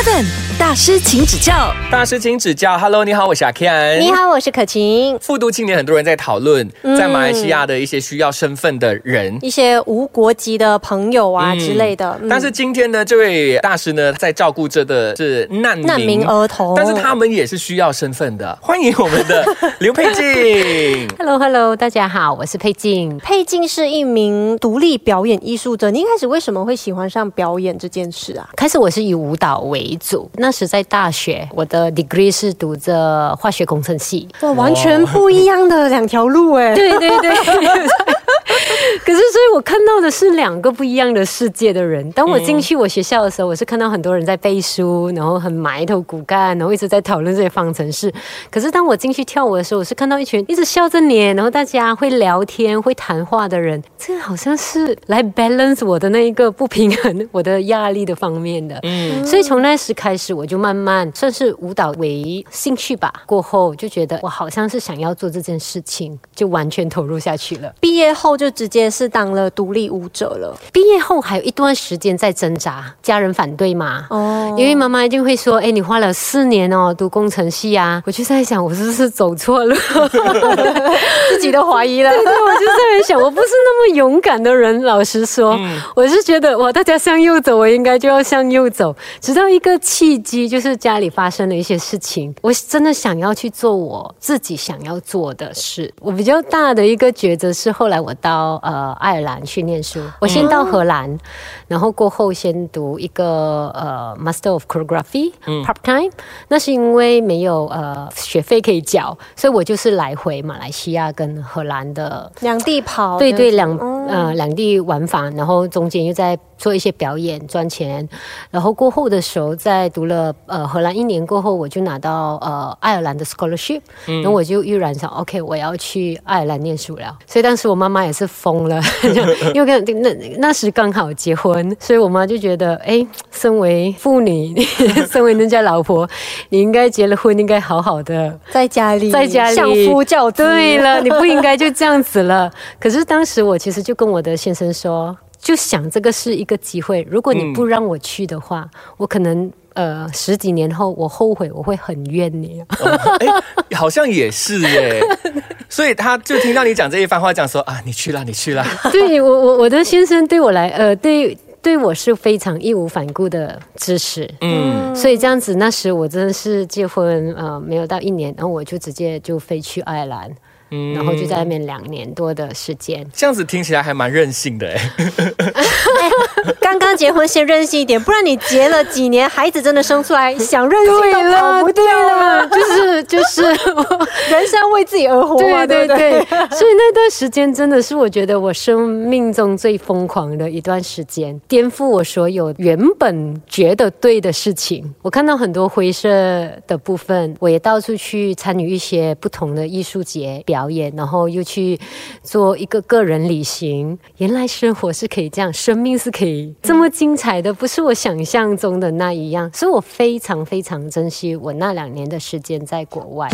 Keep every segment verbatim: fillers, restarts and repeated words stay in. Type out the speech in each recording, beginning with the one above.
Eleven 大师请指教， 大师请指教。Hello， 你好，我是阿 Ken。 你好，我是可晴。 复读青年，很多人在讨论，在马来西亚的一些需要身份的人， 一些无国籍的朋友啊、嗯、之类的、 嗯。但是今天呢，这位大师呢，在照顾着的是难民难民儿童， 但是他们也是需要身份的。欢迎我们的刘佩静。 Hello Hello， 大家好，我是佩静。 佩静是一名独立表演艺术者。你一开始为什么会喜欢上表演这件事啊？ 开始我是以舞蹈为主，那时在大学，我的 degree 是读着化学工程系。 哇，完全不一样的两条路哎。 对对对。可是，所以我看到的是两个不一样的世界的人。当我进去我学校的时候，我是看到很多人在背书，然后很埋头苦干，然后一直在讨论这些方程式。可是当我进去跳舞的时候，我是看到一群一直笑着脸，然后大家会聊天、会谈话的人。这好像是来 balance 我的那一个不平衡、我的压力的方面的。嗯，所以从那时开始，我就慢慢算是舞蹈为兴趣吧。过后就觉得我好像是想要做这件事情，就完全投入下去了。 毕业后就直接是当了独立舞者了。 毕业后还有一段时间在挣扎，家人反对嘛，哦，因为妈妈一定会说，哎，你花了四年哦读工程系啊，我就在想我是不是走错了， 自己都怀疑了。 对对，我就在想我不是那么勇敢的人，老实说，嗯、我是觉得哇，大家向右走，我应该就要向右走。直到一个契机，就是家里发生了一些事情，我真的想要去做我自己想要做的事。我比较大的一个抉择是，后来我到呃爱尔兰去念书，我先到荷兰，嗯、然后过后先读一个呃 Master of Choreography、嗯、part time。那是因为没有呃学费可以缴，所以我就是来回马来西亚跟荷兰的两地跑， 对对，两、嗯、呃两地往返，然后中间又在做一些表演赚钱，然后过后的时候在读了呃荷兰一年过后，我就拿到呃爱尔兰的 scholarship，嗯、然后我就毅然想 OK 我要去爱尔兰念书了。所以当时我妈妈也是疯了，因为那那时刚好结婚，所以我妈就觉得哎，身为妇女，身为人家老婆，你应该结了婚应该好好的在家里在家里相夫教子。 对了，你不应该就这样子了。可是当时我其实就跟我的先生说，就想这个是一个机会，如果你不让我去的话，嗯、我可能呃十几年后我后悔，我会很怨你。 哦欸、好像也是耶。所以他就听到你讲这一番话，讲说啊，你去啦，你去啦。 对我我我的先生对我来呃对。对我是非常义无反顾的支持，嗯，所以这样子，那时我真的是结婚呃没有到一年，然后我就直接就飞去爱尔兰。嗯、然后就在那边两年多的时间， 这样子听起来还蛮任性的哎。 刚刚结婚先任性一点，不然你结了几年，孩子真的生出来，想任性都跑不掉了。 就是就是人是要为自己而活嘛， 对对 对, 对, 对。所以那段时间真的是我觉得我生命中最疯狂的一段时间，颠覆我所有原本觉得对的事情。我看到很多灰色的部分，我也到处去参与一些不同的艺术节表演，然后又去做一个个人旅行。原来生活是可以这样，生命是可以这么精彩的，不是我想象中的那一样。所以我非常非常珍惜我那两年的时间在国外。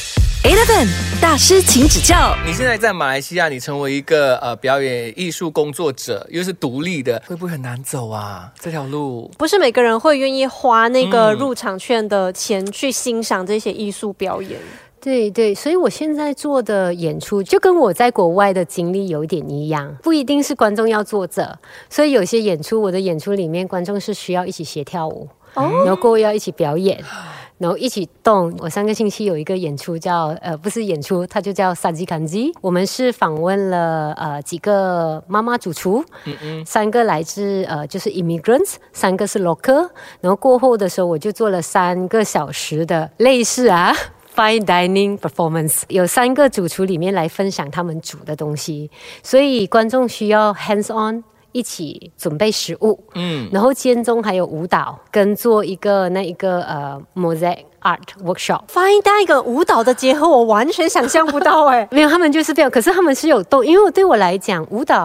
Eleven 大师请指教。 你现在在马来西亚，你成为一个呃表演艺术工作者，又是独立的，会不会很难走啊？这条路不是每个人会愿意花那个入场券的钱去欣赏这些艺术表演。嗯对对，所以我现在做的演出就跟我在国外的经历有一点一样，不一定是观众要坐着，所以有些演出，我的演出里面观众是需要一起学跳舞，哦、然后过后要一起表演，然后一起动。我上个星期有一个演出叫呃不是演出，它就叫萨吉坎吉。我们是访问了呃几个妈妈主厨，嗯嗯，三个来自呃就是 immigrants， 三个是 local， 然后过后的时候我就做了三个小时的类似啊。Fine dining performance， 有三个主厨里面来分享他们煮的东西，所以观众需要 hands on 一起准备食物，嗯，然后间中还有舞蹈跟做一个那一个呃 mosaic art workshop。 Fine dining 跟舞蹈的结合我完全想象不到哎。 没有，他们就是这样，可是他们是有动，因为对我来讲舞蹈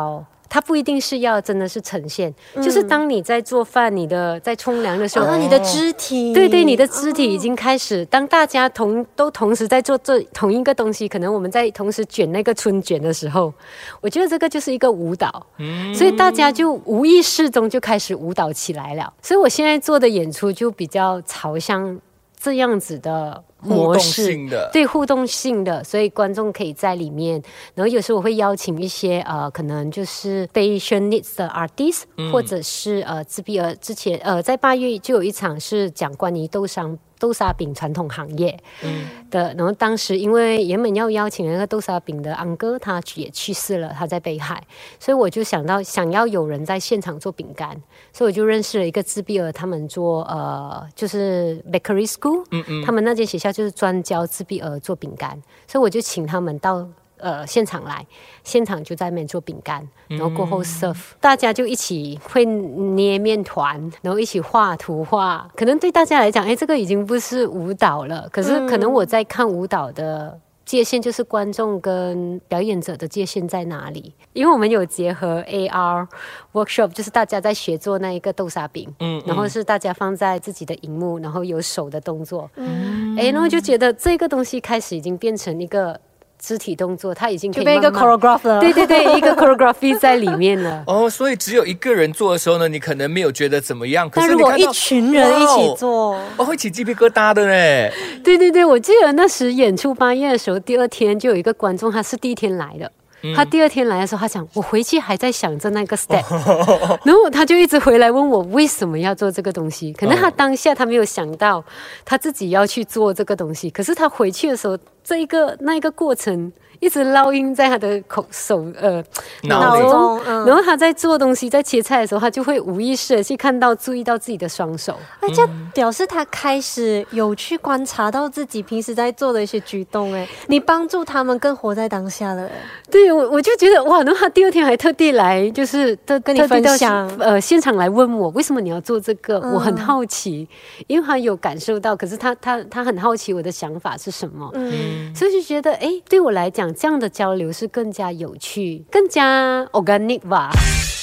它不一定是要真的是呈现，嗯、就是当你在做饭、你的在冲凉的时候， 哦，你的肢体， 对对，你的肢体已经开始。哦、当大家同都同时在做这同一个东西，可能我们在同时卷那个春卷的时候，我觉得这个就是一个舞蹈，嗯、所以大家就无意识中就开始舞蹈起来了。所以我现在做的演出就比较朝向这样子的模式， 互动性的， 对，互动性的，所以观众可以在里面。然后有时候我会邀请一些呃，可能就是 special needs 的 artist，、嗯、或者是呃自闭儿。之前呃在八月就有一场是讲关于豆商。豆沙饼传统行业的，嗯、然后当时因为原本要邀请那个豆沙饼的安哥，他也去世了，他在北海，所以我就想到想要有人在现场做饼干，所以我就认识了一个自闭儿，他们做呃就是 bakery school， 嗯嗯他们那间学校就是专教自闭儿做饼干，所以我就请他们到。呃，现场来，现场就在那边做饼干，然后过后 serve，、嗯、大家就一起会捏面团，然后一起画图画。可能对大家来讲，哎，这个已经不是舞蹈了。可是可能我在看舞蹈的界限，就是观众跟表演者的界限在哪里？因为我们有结合 A R workshop， 就是大家在学做那一个豆沙饼，嗯嗯然后是大家放在自己的荧幕，然后有手的动作，嗯，哎，然后就觉得这个东西开始已经变成一个。肢体动作，它已经可以慢慢就变一个 choreograph 了。 对对对，一个 choreography 在里面了。 哦，所以只有一个人做的时候呢，你可能没有觉得怎么样。可是但如果一群人一起做， 哦，会起鸡皮疙瘩的嘞。 对对对，我记得那时演出八月的时候，第二天就有一个观众，他是第一天来的。嗯、他第二天来的时候，他讲我回去还在想着那个 step，、哦、然后他就一直回来问我为什么要做这个东西。可能他当下他没有想到他自己要去做这个东西，可是他回去的时候，这一个那一个过程一直烙印在他的口手呃脑中、嗯，然后他在做东西在切菜的时候，他就会无意识的去看到注意到自己的双手， 而且表示他开始有去观察到自己平时在做的一些举动。哎，你帮助他们更活在当下了。 对，我我就觉得哇，然后他第二天还特地来，就是特跟你分享， 呃，现场来问我为什么你要做这个，嗯、我很好奇，因为他有感受到，可是他他他很好奇我的想法是什么，嗯，所以就觉得哎，对我来讲。这样的交流是更加有趣，更加 organic 吧。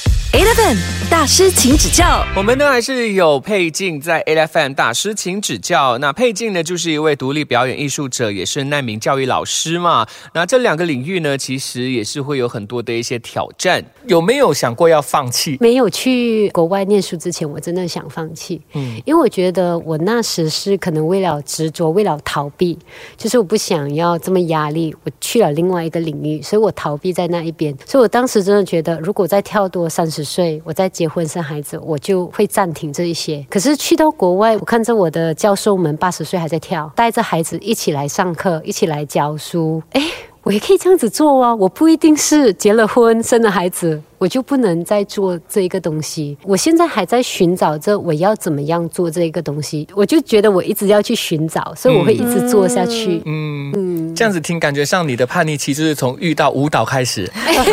A F M 大师请指教， 我们呢还是有佩静在 A F M 大师请指教。那佩静呢就是一位独立表演艺术者，也是难民教育老师嘛。那这两个领域呢，其实也是会有很多的一些挑战。有没有想过要放弃？ 没有去国外念书之前，我真的想放弃。嗯，因为我觉得我那时是可能为了执着，为了逃避，就是我不想要这么压力，我去了另外一个领域，所以我逃避在那一边。所以我当时真的觉得，如果再跳多三十岁，我再结婚生孩子，我就会暂停这一些。可是去到国外，我看着我的教授们八十岁还在跳，带着孩子一起来上课，一起来教书。哎，我也可以这样子做啊！我不一定是结了婚生了孩子，我就不能再做这一个东西。我现在还在寻找着我要怎么样做这一个东西，我就觉得我一直要去寻找，所以我会一直做下去。嗯嗯，这样子听感觉上你的叛逆期就是从遇到舞蹈开始。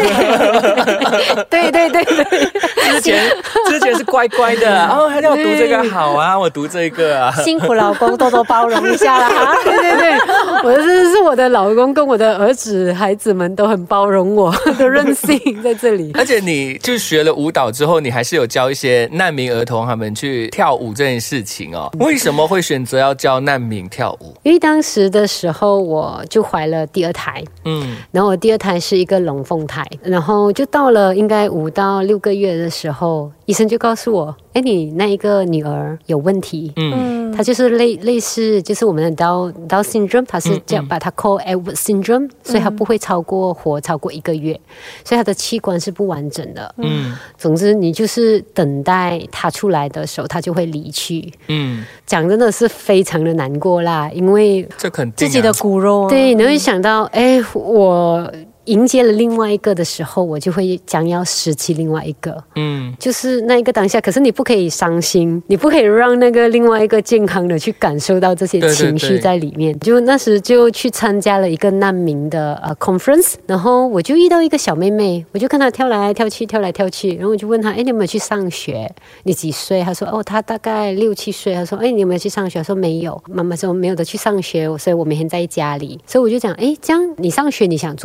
对对对对， 之前之前是乖乖的，哦，还要读这个好啊，我读这个啊， 辛苦老公多多包容一下啦哈。 对对对，我真的是我的老公跟我的儿子孩子们都很包容我的任性在这里。 而且你就学了舞蹈之后，你还是有教一些难民儿童他们去跳舞这件事情哦。为什么会选择要教难民跳舞？ 因为当时的时候我就怀了第二胎，嗯，然后我第二胎是一个龙凤胎，然后就到了应该五到六个月的时候，医生就告诉我，哎，你那一个女儿有问题，嗯，她就是类类似就是我们的 Down Down syndrome， 她是叫、嗯嗯、把它 call Edward syndrome， 所以她不会超过活超过一个月，所以她的器官是不完整的，嗯，总之你就是等待她出来的时候，她就会离去，嗯，讲真的是非常的难过啦，因为这肯定、啊、 自己的骨肉、啊， 对，你会想到，哎，我迎接了另外一个的时候，我就会将要失去另外一个，嗯，就是那一个当下。可是你不可以伤心，你不可以让那个另外一个健康的去感受到这些情绪在里面。对对对，就那时就去参加了一个难民的呃 conference， 然后我就遇到一个小妹妹，我就看她跳来跳去，跳来跳去，然后我就问她，哎，你有没有去上学？你几岁？她说，哦，她大概六七岁。她说，哎，你有没有去上学？她说没有。妈妈说没有的去上学，所以我每天在家里。所以我就讲，哎，这样你上学你想做什么？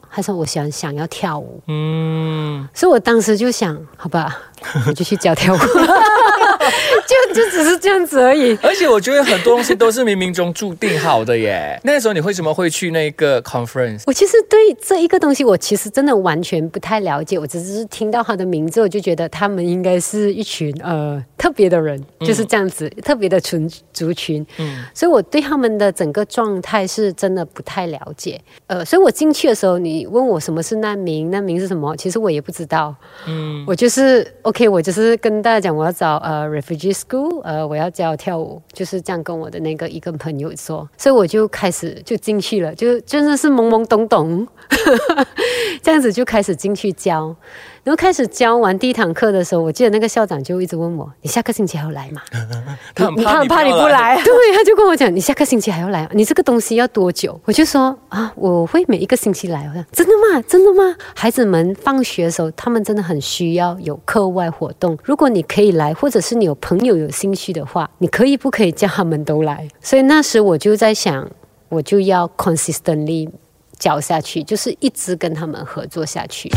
他说我喜欢想要跳舞，嗯，所以我当时就想，好吧，我就去教跳舞。就就只是这样子而已。 而且我觉得很多东西都是冥冥中注定好的耶。那时候你为什么会去那个 conference？ 我其实对这一个东西，我其实真的完全不太了解。我只是听到他的名字，我就觉得他们应该是一群呃特别的人，就是这样子、嗯、特别的群族群。嗯，所以我对他们的整个状态是真的不太了解。呃，所以我进去的时候，你问我什么是难民，难民是什么，其实我也不知道。嗯，我就是 OK， 我就是跟大家讲我要找呃 refugee school， 呃，我要教跳舞，就是这样跟我的那个一个朋友说，所以我就开始就进去了，就真的是懵懵懂懂，这样子就开始进去教。然后开始教完第一堂课的时候，我记得那个校长就一直问我：“你下个星期还要来吗？” 他很怕你怕你不来， 对，他就跟我讲：“你下个星期还要来？你这个东西要多久？”我就说：“啊，我会每一个星期来。”我讲：“真的吗？真的吗？”孩子们放学的时候，他们真的很需要有课外活动。如果你可以来，或者是你有朋友有兴趣的话，你可以不可以叫他们都来？所以那时我就在想，我就要 consistently 教下去，就是一直跟他们合作下去。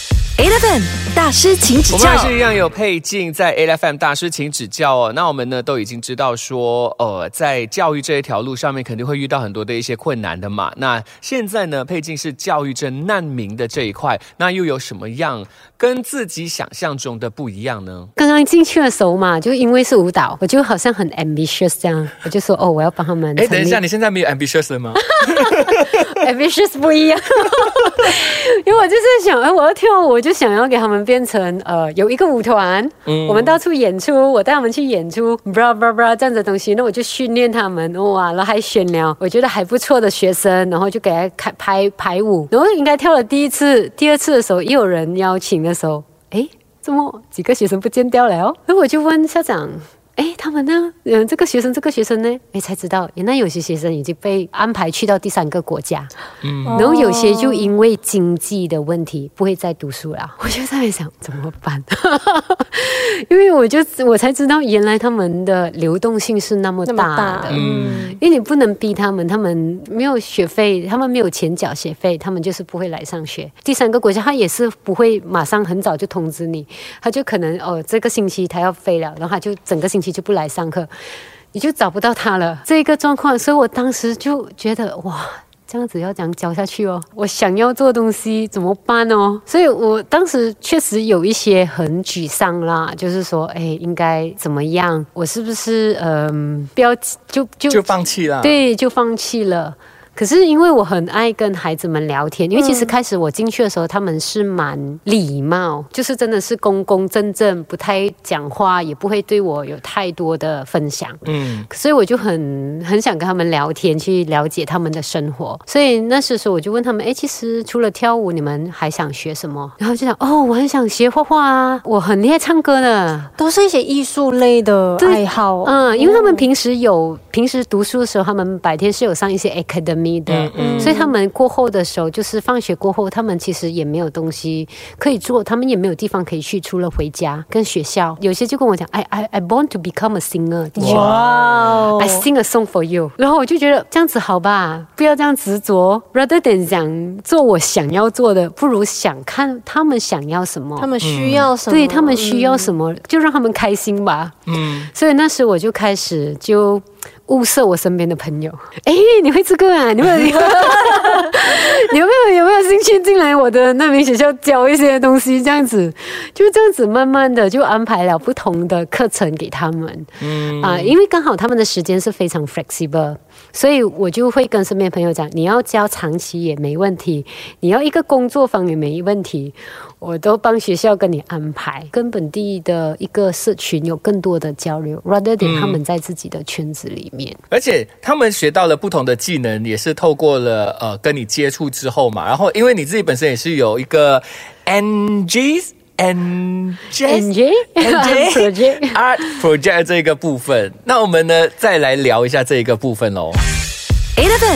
A F M 大师请指教， 我们还是一样有佩静在 A F M 大师请指教哦。那我们呢都已经知道说，呃，在教育这一条路上面肯定会遇到很多的一些困难的嘛。那现在呢，佩静是教育着难民的这一块，那又有什么样跟自己想象中的不一样呢？ 刚刚进去的时候嘛，就因为是舞蹈，我就好像很 ambitious 这样，我就说哦，我要帮他们。 哎，等一下，你现在没有 ambitious 了吗 ？ambitious 不一样，因为我就是想，哎，我要跳舞，我就想要给他们变成呃有一个舞团，嗯、我们到处演出，我带他们去演出 ，bra bra bra 这样子的东西，那我就训练他们，哇，然后还选了我觉得还不错的学生，然后就给他开排排舞，然后应该跳了第一次、第二次的时候，也有人邀请的时候，哎，怎么几个学生不见掉了哦？然后我就问校长。哎，他们呢？嗯，这个学生，这个学生呢？哎，才知道，原来有些学生已经被安排去到第三个国家，嗯，然后有些就因为经济的问题不会再读书了。我就在想怎么办？因为我就我才知道，原来他们的流动性是那么大的，那么大嗯，因为你不能逼他们，他们没有学费，他们没有钱缴学费，他们就是不会来上学。第三个国家他也是不会马上很早就通知你，他就可能哦这个星期他要飞了，然后他就整个星期就不来上课，你就找不到他了。这个状况，所以我当时就觉得哇，这样子要这样教下去哦，我想要做东西怎么办哦？所以我当时确实有一些很沮丧啦，就是说，哎，应该怎么样？我是不是嗯、呃，不要就就就放弃了？ 对，就放弃了。可是因为我很爱跟孩子们聊天，因为其实开始我进去的时候，他们是蛮礼貌，就是真的是公公正正，不太讲话，也不会对我有太多的分享。嗯，所以我就很很想跟他们聊天，去了解他们的生活。所以那时候我就问他们，哎，其实除了跳舞，你们还想学什么？然后就讲，哦，我很想学画画啊，我很厉害唱歌的， 都是一些艺术类的爱好。 嗯，因为他们平时有平时读书的时候，他们白天是有上一些 academy。的嗯嗯、所以他们过后的时候，就是放学过后，他们其实也没有东西可以做，他们也没有地方可以去，除了回家跟学校。有些就跟我讲 I, I, I want to become a singer， 哇 I sing a song for you。 然后我就觉得这样子好吧，不要这样执着， rather than 想做我想要做的，不如想看他们想要什么， 他们需要什么， 对他们需要什么、嗯、就让他们开心吧。嗯，所以那时我就开始就物色我身边的朋友，哎，你会这个啊？你有没有？你有没有有没有兴趣进来我的那名学校教一些东西？这样子，就这样子慢慢的就安排了不同的课程给他们。嗯啊，因为刚好他们的时间是非常 flexible， 所以我就会跟身边的朋友讲，你要教长期也没问题，你要一个工作坊也没问题，我都帮学校跟你安排，跟本地的一个社群有更多的交流 ，rather than 他们在自己的圈子里面。 而且他们学到了不同的技能，也是透过了呃跟你接触之后嘛。然后因为你自己本身也是有一个 N G N J N J Project Art Project 这个部分，那我们呢再来聊一下这一个部分喽。 A F M 大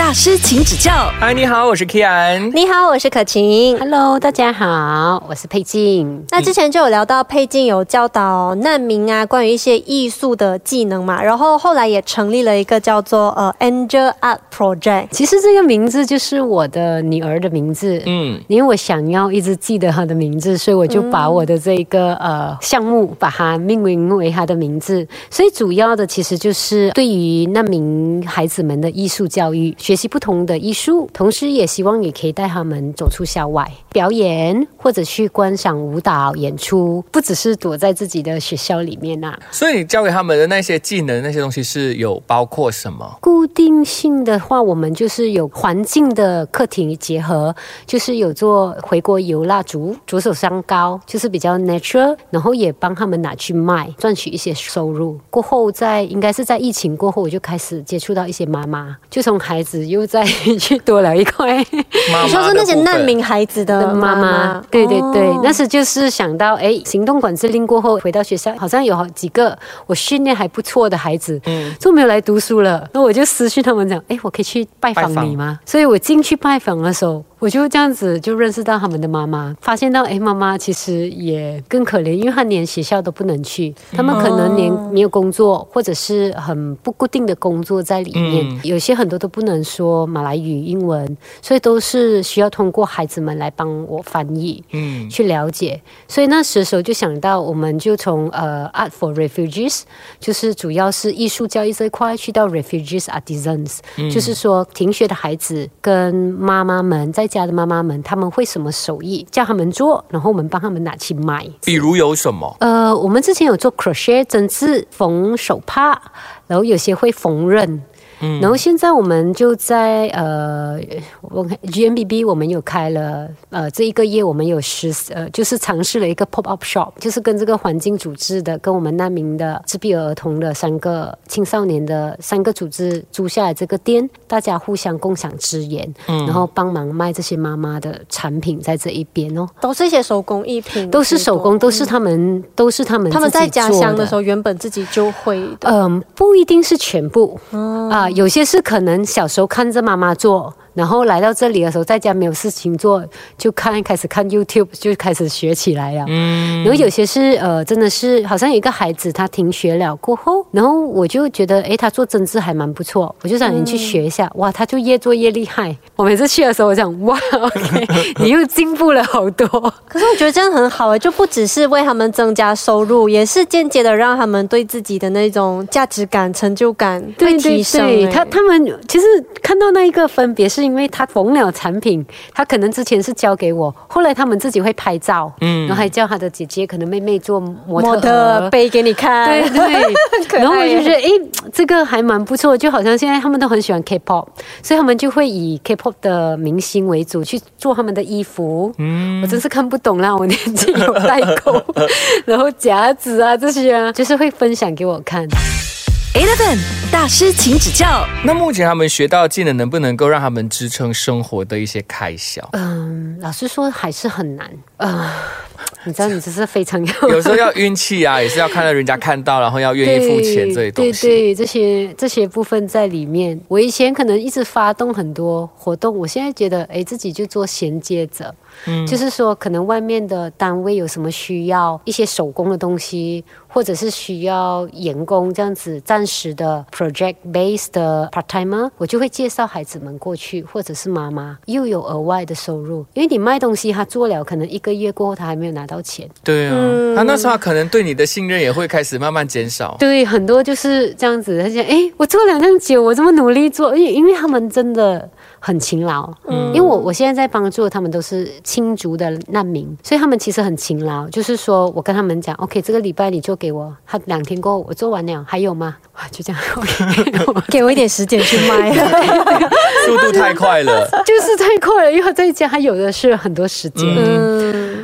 大师请指教。 嗨，你好，我是 Kian。 你好，我是可晴。 Hello， 大家好，我是佩静。 那之前就有聊到佩静有教导难民啊，关于一些艺术的技能嘛，然后后来也成立了一个叫做呃 Angel Art Project。 其实这个名字就是我的女儿的名字， 嗯， 因为我想要一直记得她的名字，所以我就把我的这个、呃项目把它命名为她的名字。所以主要的其实就是对于难民孩子们的艺术教育，学习不同的艺术，同时也希望也可以带他们走出校外表演，或者去观赏舞蹈演出，不只是躲在自己的学校里面啊。 所以你教给他们的那些技能那些东西是有包括什么？ 固定性的话，我们就是有环境的课题结合，就是有做回国油蜡烛、左手香膏，就是比较 natural， 然后也帮他们拿去卖，赚取一些收入。过后在应该是在疫情过后，我就开始接触到一些妈妈，就从孩子又再去多了一块。 你说是那些难民孩子的妈妈？ 对对对， 哦、 那时就是想到，哎，行动管制令过后回到学校，好像有好几个我训练还不错的孩子，嗯，就没有来读书了。那我就私讯他们讲，哎，我可以去拜访你吗？所以我进去拜访的时候，我就这样子就认识到他们的妈妈，发现到哎，妈妈其实也更可怜，因为她连学校都不能去，他们可能连没有工作，或者是很不固定的工作在里面，嗯、有些很多都不能说马来语、英文，所以都是需要通过孩子们来帮我翻译，嗯，去了解。所以那时候就想到，我们就从呃 Art for Refugees， 就是主要是艺术教育这一块，去到 Refugees Artisans，嗯、就是说停学的孩子跟妈妈们在家的妈妈们，他们会什么手艺，叫他们做，然后我们帮他们拿去卖。 比如有什么？呃， 我们之前有做 crochet 针织、缝手帕，然后有些会缝纫。嗯、然后现在我们就在呃，我 G M B B 我们有开了呃，这一个月我们有实呃，就是尝试了一个 pop up shop， 就是跟这个环境组织的，跟我们难民的自闭儿童的三个青少年的三个组织租下来这个店，大家互相共享资源，嗯、然后帮忙卖这些妈妈的产品在这一边哦， 都是一些手工艺品， 都是手工，都是他们，嗯、都是他们自己做的。他们在家乡的时候原本自己就会的， 嗯、呃，不一定是全部啊。哦呃有些是可能小时候看着妈妈做，然后来到这里的时候，在家没有事情做，就看开始看 YouTube， 就开始学起来了。嗯，然后有些是呃，真的是好像有一个孩子他停学了过后，然后我就觉得，哎，他做针织还蛮不错，我就想你去学一下。嗯、哇，他就越做越厉害。我每次去的时候，我想哇 ，OK， 你又进步了好多。 可是我觉得这样很好，就不只是为他们增加收入，也是间接的让他们对自己的那种价值感、成就感会提升。 对对对，他他们其实看到那一个分别，是因为他缝了产品，他可能之前是交给我，后来他们自己会拍照，嗯，然后还叫他的姐姐、可能妹妹做模特，模特背给你看， 对对。然后我就觉得，哎，这个还蛮不错，就好像现在他们都很喜欢 K-pop， 所以他们就会以 K-pop 的明星为主去做他们的衣服。嗯，我真是看不懂啦，我年纪有代沟，然后夹子啊这些啊，就是会分享给我看。 Eleven 大师请指教。 那目前他们学到的技能能不能够让他们支撑生活的一些开销？ 嗯，老实说还是很难。呃，你知道，你这是非常要有时候要运气啊，也是要看到人家看到，然后要愿意付钱这些东西。 对对，这些这些部分在里面。我以前可能一直发动很多活动，我现在觉得，哎，自己就做衔接者。嗯，就是说可能外面的单位有什么需要一些手工的东西，或者是需要员工这样子暂时的 project based 的 part timer， 我就会介绍孩子们过去，或者是妈妈又有额外的收入，因为你卖东西他做了可能一个月过后他还没有拿到钱。 对啊，嗯、他那时候可能对你的信任也会开始慢慢减少。 对，很多就是这样子，他讲哎，我做了那么久，我这么努力做，因为因为他们真的很勤劳，嗯，因为我我现在在帮助他们都是亲族的难民，所以他们其实很勤劳。就是说我跟他们讲 ，OK， 这个礼拜你做给我，他两天过后我做完了，还有吗？就这样 ，OK， 给我一点时间去卖， 速度太快了， 就是太快了，因为他在家他有的是很多时间。嗯，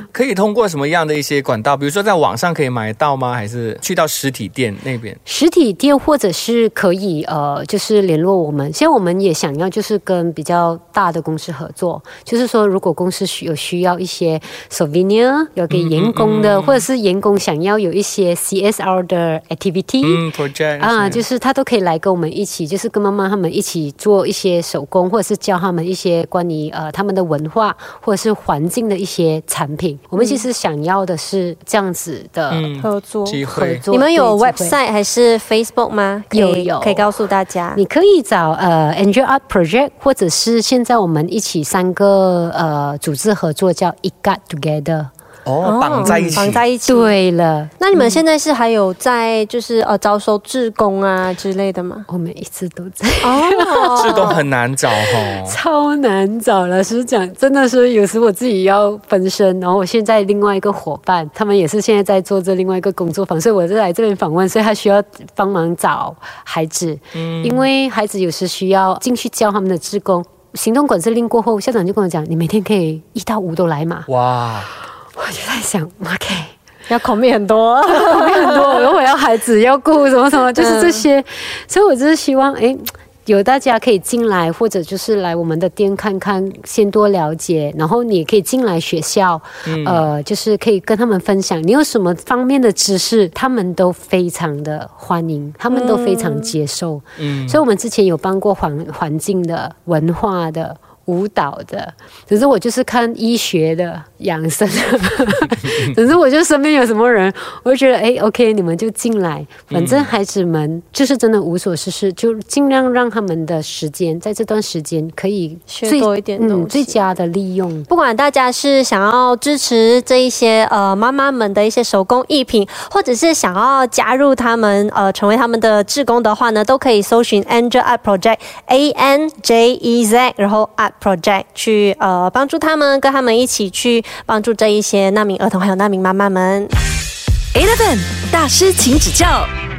可以通过什么样的一些管道？比如说在网上可以买到吗？还是去到实体店那边？ 实体店或者是可以呃，就是联络我们。现在我们也想要就是跟比较大的公司合作，就是说如果公司需有需要一些 souvenir 有给员工的，嗯嗯嗯、或者是员工想要有一些 C S R 的 activity， 嗯 project 啊，就是他都可以来跟我们一起，就是跟妈妈他们一起做一些手工，或者是教他们一些关于呃他们的文化或者是环境的一些产品。我们其实想要的是这样子的合作机会。 你们有 website 还是 Facebook 吗？ 有有， 可以告诉大家。 你可以找呃 Angel Art Project， 或者是现在我们一起三个呃组织合作叫 I G A T Together。 哦，绑在一起， 绑在一起。 对了， 那你们现在是还有在就是呃招收志工啊之类的吗？ 我们一直都在。 哦，志工很难找哦， 超难找。老实讲，真的是有时我自己要分身，然后我现在另外一个伙伴，他们也是现在在做这另外一个工作坊，所以我就来这边访问，所以他需要帮忙找孩子，嗯，因为孩子有时需要进去教他们的志工。行动管制令过后，校长就跟我讲，你每天可以一到五都来嘛。 哇！ 我就在想 ，OK， 要口面很多， 口面很多，然后我要孩子要顾什么什么，就是这些，嗯、所以我就是希望，哎，有大家可以进来，或者就是来我们的店看看，先多了解，然后你也可以进来学校，嗯、呃，就是可以跟他们分享，你有什么方面的知识，他们都非常的欢迎，他们都非常接受，嗯，所以我们之前有帮过环环境的、文化的。舞蹈的，只是我就是看医学的、养生的，只是我就身边有什么人，我就觉得哎 ，OK， 你们就进来，反正孩子们就是真的无所事事，就尽量让他们的时间在这段时间可以学多一点东西， 嗯，最佳的利用。 不管大家是想要支持这一些呃妈妈们的一些手工艺品，或者是想要加入他们呃成为他们的志工的话呢，都可以搜寻 Angel Art Project A N J E Z， 然后 Art Project 去呃帮助他们，跟他们一起去帮助这一些难民儿童还有难民妈妈们。 Eleven 大师请指教。